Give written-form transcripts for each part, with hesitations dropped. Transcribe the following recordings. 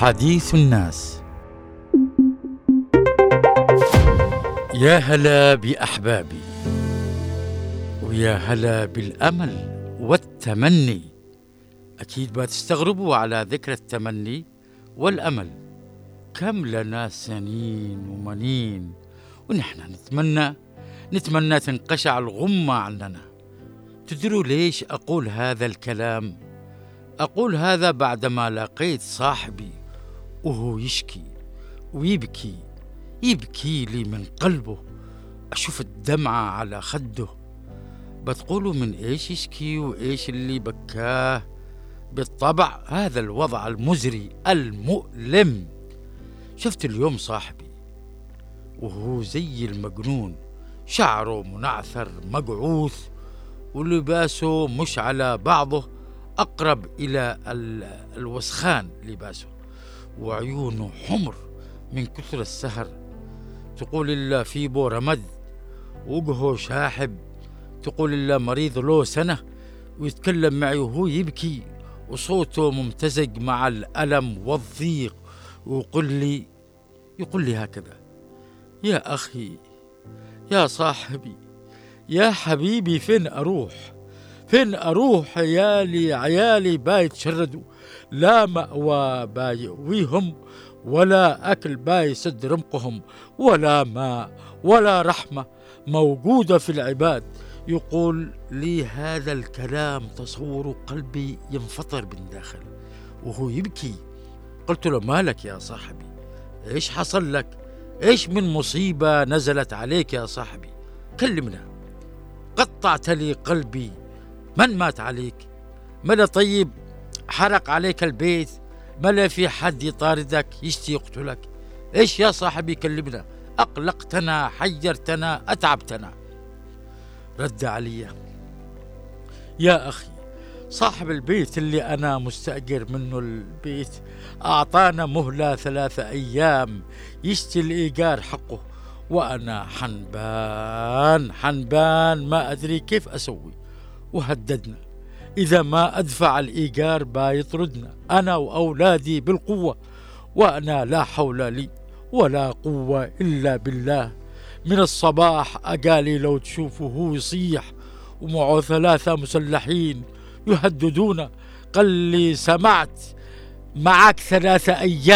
حديث الناس. يا هلا بأحبابي، ويا هلا بالأمل والتمني. أكيد ما تستغربوا على ذكر التمني والأمل. كم لنا سنين ومنين ونحن نتمنى تنقشع الغمة عننا. تدروا ليش أقول هذا الكلام؟ أقول هذا بعدما لقيت صاحبي وهو يشكي ويبكي، يبكي لي من قلبه. أشوف الدمعة على خده. بتقولوا من إيش يشكي وإيش اللي بكاه؟ بالطبع هذا الوضع المزري المؤلم. شفت اليوم صاحبي وهو زي المجنون، شعره منعثر مقعوث ولباسه مش على بعضه، أقرب إلى الوسخان لباسه، وعيونه حمر من كثر السهر. تقول إلا في بو رمد، وجهه شاحب. تقول إلا مريض له سنة، ويتكلم معي وهو يبكي وصوته ممتزج مع الألم والضيق، ويقول لي هكذا: يا أخي، يا صاحبي، يا حبيبي، فين أروح؟ عيالي بايت شردوا، لا مأوى بايويهم، ولا أكل باي سد رمقهم، ولا ماء ولا رحمة موجودة في العباد. يقول لي هذا الكلام تصور قلبي ينفطر من داخل وهو يبكي. قلت له: مالك يا صاحبي؟ إيش حصل لك؟ إيش من مصيبة نزلت عليك يا صاحبي؟ كلمنا. قطعت لي قلبي. من مات عليك؟ ملا طيب حرق عليك البيت؟ ملا في حد يطاردك يشتي يقتلك؟ إيش يا صاحبي؟ كلمنا. أقلقتنا، حيرتنا، أتعبتنا. رد علي: يا أخي، صاحب البيت اللي أنا مستأجر منه البيت أعطانا مهلة 3 أيام يشتي الإيجار حقه، وأنا حنبان ما أدري كيف أسوي. وهددنا إذا ما أدفع الإيجار بايطردنا أنا وأولادي بالقوة، وأنا لا حول لي ولا قوة إلا بالله. من الصباح أقالي لو تشوفه هو يصيح ومعه 3 مسلحين يهددون. قال لي: سمعت، معك 3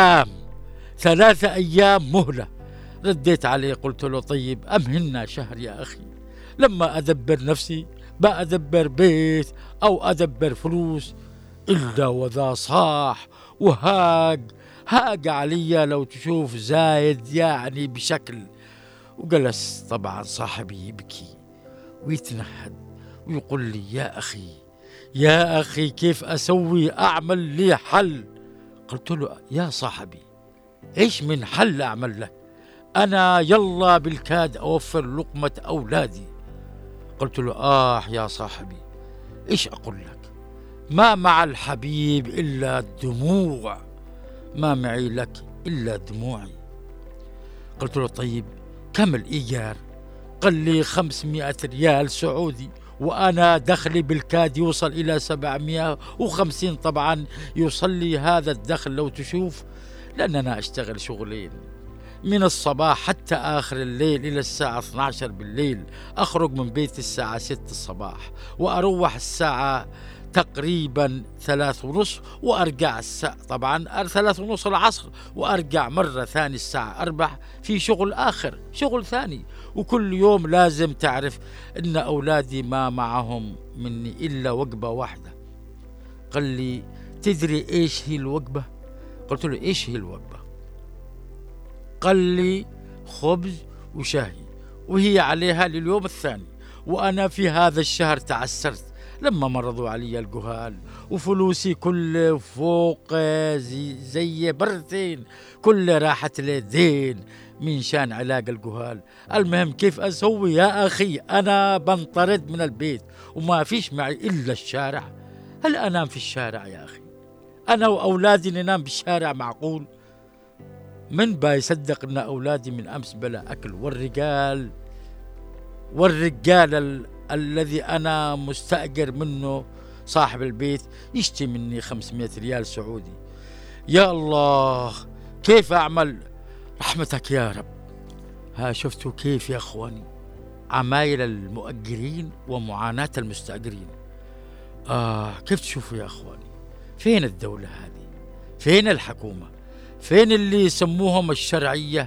أيام مهلة. رديت عليه قلت له: طيب أمهلنا شهر يا أخي، لما أدبر نفسي بأدبر بيت أو أدبر فلوس. إلا وذا صاح وهاق علي لو تشوف زايد يعني بشكل. وجلس طبعا صاحبي يبكي ويتنهد ويقول لي: يا أخي كيف أسوي؟ أعمل لي حل. قلت له: يا صاحبي، إيش من حل أعمل لك؟ أنا يلا بالكاد أوفر لقمة أولادي. قلت له: يا صاحبي، إيش أقول لك؟ ما مع الحبيب إلا الدموع، ما معي لك إلا دموعي. قلت له: طيب كم الإيجار؟ قال لي 500 ريال سعودي، وأنا دخلي بالكاد يوصل إلى 750. طبعا يوصل لي هذا الدخل لو تشوف، لأننا أشتغل شغلين من الصباح حتى آخر الليل إلى الساعة 12 بالليل. أخرج من بيتي الساعة 6 الصباح، وأروح الساعة تقريبا 3:30، وأرجع الساعة طبعا 3:30 العصر، وأرجع مرة ثانية الساعة 4 في شغل آخر، شغل ثاني. وكل يوم لازم تعرف إن أولادي ما معهم مني إلا وجبة واحدة. قال لي: تدري إيش هي الوجبة؟ قلت له: إيش هي الوجبة؟ قال لي: خبز وشاي، وهي عليها لليوم الثاني. وأنا في هذا الشهر تعسرت لما مرضوا علي الجهال، وفلوسي كل فوق زي برتين، كل راحت للدين من شان علاج الجهال. المهم كيف أسوي يا أخي؟ أنا بنطرد من البيت وما فيش معي إلا الشارع. هل أنام في الشارع يا أخي؟ أنا وأولادي ننام بالشارع؟ معقول؟ من بيصدق أن أولادي من أمس بلا أكل، والرجال الذي أنا مستأجر منه صاحب البيت يشتي مني 500 ريال سعودي. يا الله كيف أعمل رحمتك يا رب. ها شفتوا كيف يا أخواني عمايل المؤجرين ومعاناة المستأجرين. كيف تشوفوا يا أخواني؟ فين الدولة هذه؟ فين الحكومة؟ فين اللي يسموهم الشرعية؟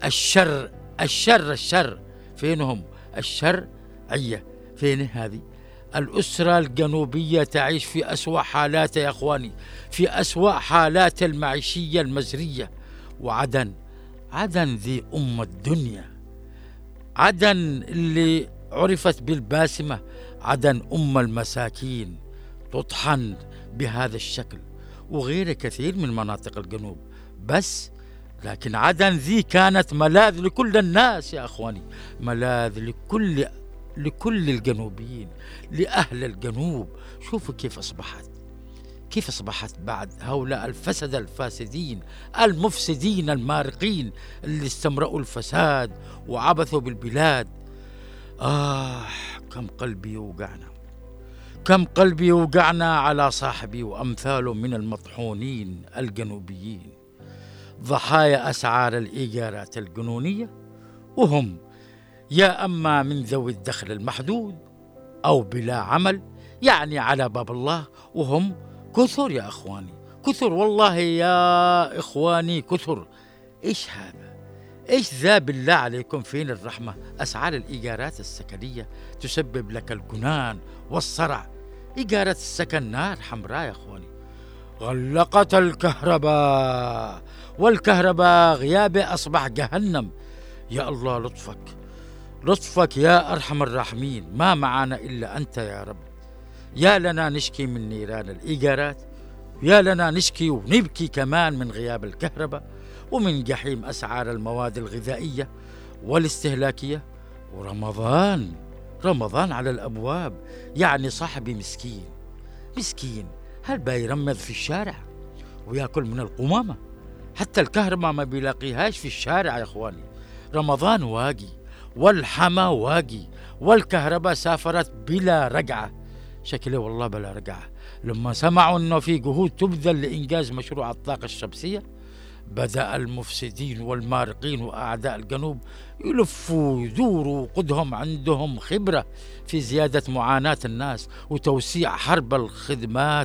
الشر فينهم الشرعية؟ فين هذه؟ الأسرة الجنوبية تعيش في أسوأ حالاتها يا أخواني، في أسوأ حالات المعيشية المزرية. وعدن ذي الدنيا، عدن اللي عرفت بالباسمة، عدن المساكين تطحن بهذا الشكل، وغير كثير من مناطق الجنوب. بس لكن عدن ذي كانت ملاذ لكل الناس يا أخواني، ملاذ لكل الجنوبيين، لأهل الجنوب. شوفوا كيف أصبحت بعد هؤلاء الفسد الفاسدين المفسدين المارقين اللي استمرأوا الفساد وعبثوا بالبلاد. كم قلبي يوقعنا على صاحبي وأمثاله من المطحونين الجنوبيين، ضحايا أسعار الإيجارات الجنونية، وهم يا أما من ذوي الدخل المحدود أو بلا عمل، يعني على باب الله. وهم كثر يا أخواني، كثر والله يا إخواني، كثر. إيش هذا؟ إيش ذا بالله عليكم؟ فين الرحمة؟ أسعار الإيجارات السكنية تسبب لك الجنان والصرع. إيجارة السكن نار حمراء يا أخواني. غلقت الكهرباء، والكهرباء غيابه أصبح جهنم. يا الله لطفك يا أرحم الراحمين، ما معنا إلا أنت يا رب. يا لنا نشكي من نيران الإيجارات، يا لنا نشكي ونبكي كمان من غياب الكهرباء، ومن جحيم أسعار المواد الغذائية والاستهلاكية. ورمضان على الأبواب، يعني صاحبي مسكين، هل بيرمض في الشارع ويأكل من القمامة؟ حتى الكهرباء ما بيلاقيهاش في الشارع يا إخواني. رمضان واقي والحما واقي، والكهرباء سافرت بلا رجعة، شكله والله بلا رجعة. لما سمعوا أنه في جهود تبذل لإنجاز مشروع الطاقة الشمسية، بدأ المفسدين والمارقين وأعداء الجنوب يلفوا يدوروا، قدهم عندهم خبرة في زيادة معاناة الناس وتوسيع حرب الخدمات،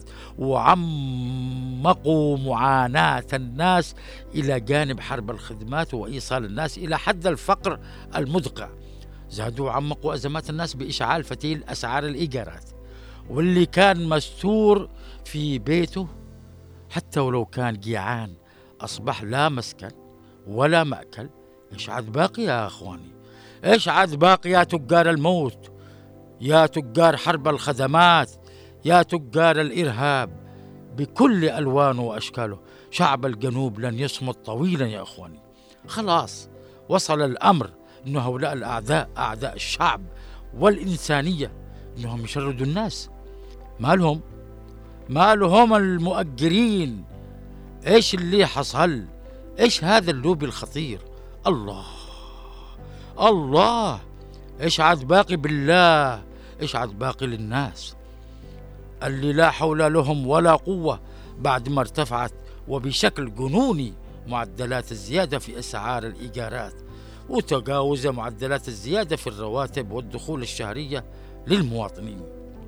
وعمقوا معاناة الناس إلى جانب حرب الخدمات وإيصال الناس إلى حد الفقر المدقع. زادوا وعمقوا أزمات الناس بإشعال فتيل أسعار الإيجارات، واللي كان مستور في بيته حتى ولو كان جيعان أصبح لا مسكن ولا مأكل. إيش عاد باقي يا أخواني؟ إيش عاد باقي يا تجار الموت، يا تجار حرب الخدمات، يا تجار الإرهاب بكل ألوانه وأشكاله؟ شعب الجنوب لن يصمت طويلا يا أخواني. خلاص وصل الأمر أن هؤلاء الأعداء، أعداء الشعب والإنسانية، أنهم يشردوا الناس. مالهم المؤجرين؟ إيش اللي حصل؟ إيش هذا اللوبي الخطير؟ الله، إيش عاد باقي بالله؟ إيش عاد باقي للناس اللي لا حول لهم ولا قوة بعد ما ارتفعت وبشكل جنوني معدلات الزيادة في أسعار الإيجارات، وتجاوز معدلات الزيادة في الرواتب والدخول الشهرية للمواطنين؟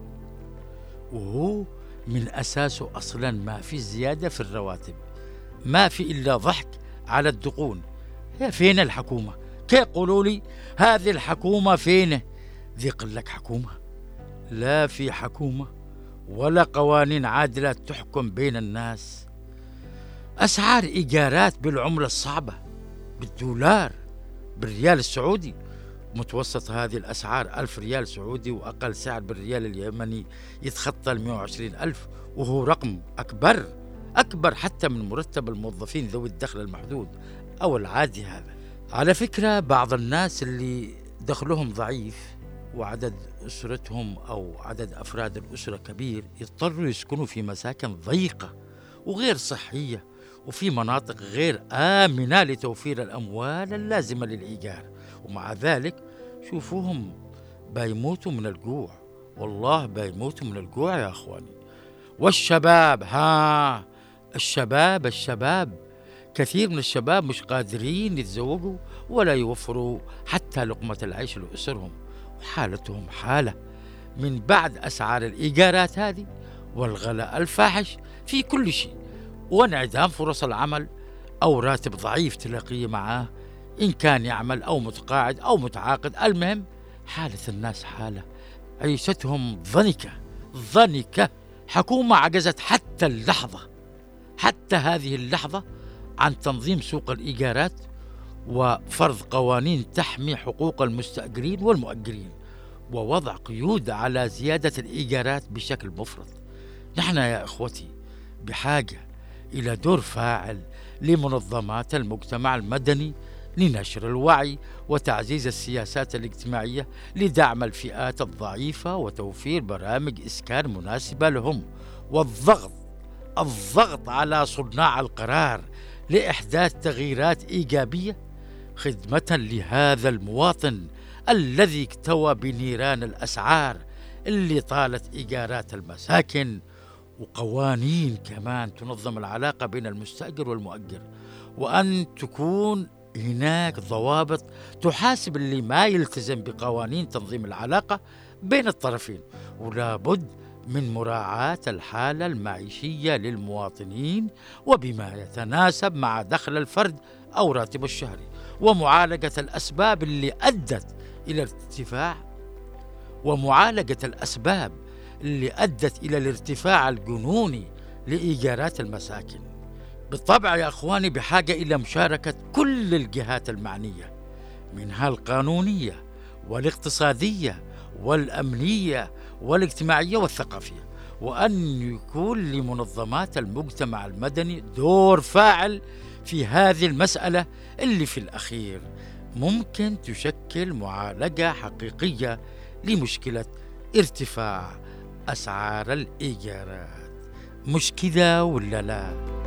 وهو من أساسه أصلا ما في زيادة في الرواتب، ما في إلا ضحك على الدقون. فين الحكومة؟ كي قولوا لي هذه الحكومة فين؟ ذي قل لك حكومة، لا في حكومة ولا قوانين عادلة تحكم بين الناس. أسعار إيجارات بالعملة الصعبة، بالدولار، بالريال السعودي. متوسط هذه الأسعار 1000 ريال سعودي، وأقل سعر بالريال اليمني يتخطى 120,000، وهو رقم أكبر حتى من مرتب الموظفين ذوي الدخل المحدود أو العادي. هذا على فكرة بعض الناس اللي دخلهم ضعيف وعدد أسرتهم أو عدد أفراد الأسرة كبير يضطروا يسكنوا في مساكن ضيقة وغير صحية، وفي مناطق غير آمنة لتوفير الأموال اللازمة للإيجار. ومع ذلك شوفوهم بيموتوا من الجوع، والله بيموتوا من الجوع يا أخواني. والشباب الشباب كثير من الشباب مش قادرين يتزوجوا ولا يوفروا حتى لقمة العيش لأسرهم، وحالتهم حالة من بعد أسعار الإيجارات هذه والغلاء الفاحش في كل شيء، وانعدام فرص العمل أو راتب ضعيف تلاقيه معاه إن كان يعمل أو متقاعد أو متعاقد. المهم حالة الناس حالة، عيشتهم ضنكة. حكومة عجزت حتى هذه اللحظة عن تنظيم سوق الإيجارات وفرض قوانين تحمي حقوق المستأجرين والمؤجرين ووضع قيود على زيادة الإيجارات بشكل مفرط. نحن يا إخوتي بحاجة إلى دور فاعل لمنظمات المجتمع المدني لنشر الوعي وتعزيز السياسات الاجتماعية لدعم الفئات الضعيفة وتوفير برامج إسكان مناسبة لهم، الضغط على صناع القرار لإحداث تغييرات إيجابية خدمة لهذا المواطن الذي اكتوى بنيران الأسعار اللي طالت إيجارات المساكن، وقوانين كمان تنظم العلاقة بين المستأجر والمؤجر، وأن تكون هناك ضوابط تحاسب اللي ما يلتزم بقوانين تنظيم العلاقة بين الطرفين، ولا بد من مراعاة الحالة المعيشية للمواطنين وبما يتناسب مع دخل الفرد أو راتبه الشهري، ومعالجة الأسباب اللي أدت إلى الارتفاع الجنوني لإيجارات المساكن. بالطبع يا أخواني بحاجة إلى مشاركة كل الجهات المعنية، منها القانونية والاقتصادية والأمنية والاجتماعية والثقافية، وأن يكون لمنظمات المجتمع المدني دور فاعل في هذه المسألة اللي في الأخير ممكن تشكل معالجة حقيقية لمشكلة ارتفاع أسعار الإيجارات. مش كده ولا لا؟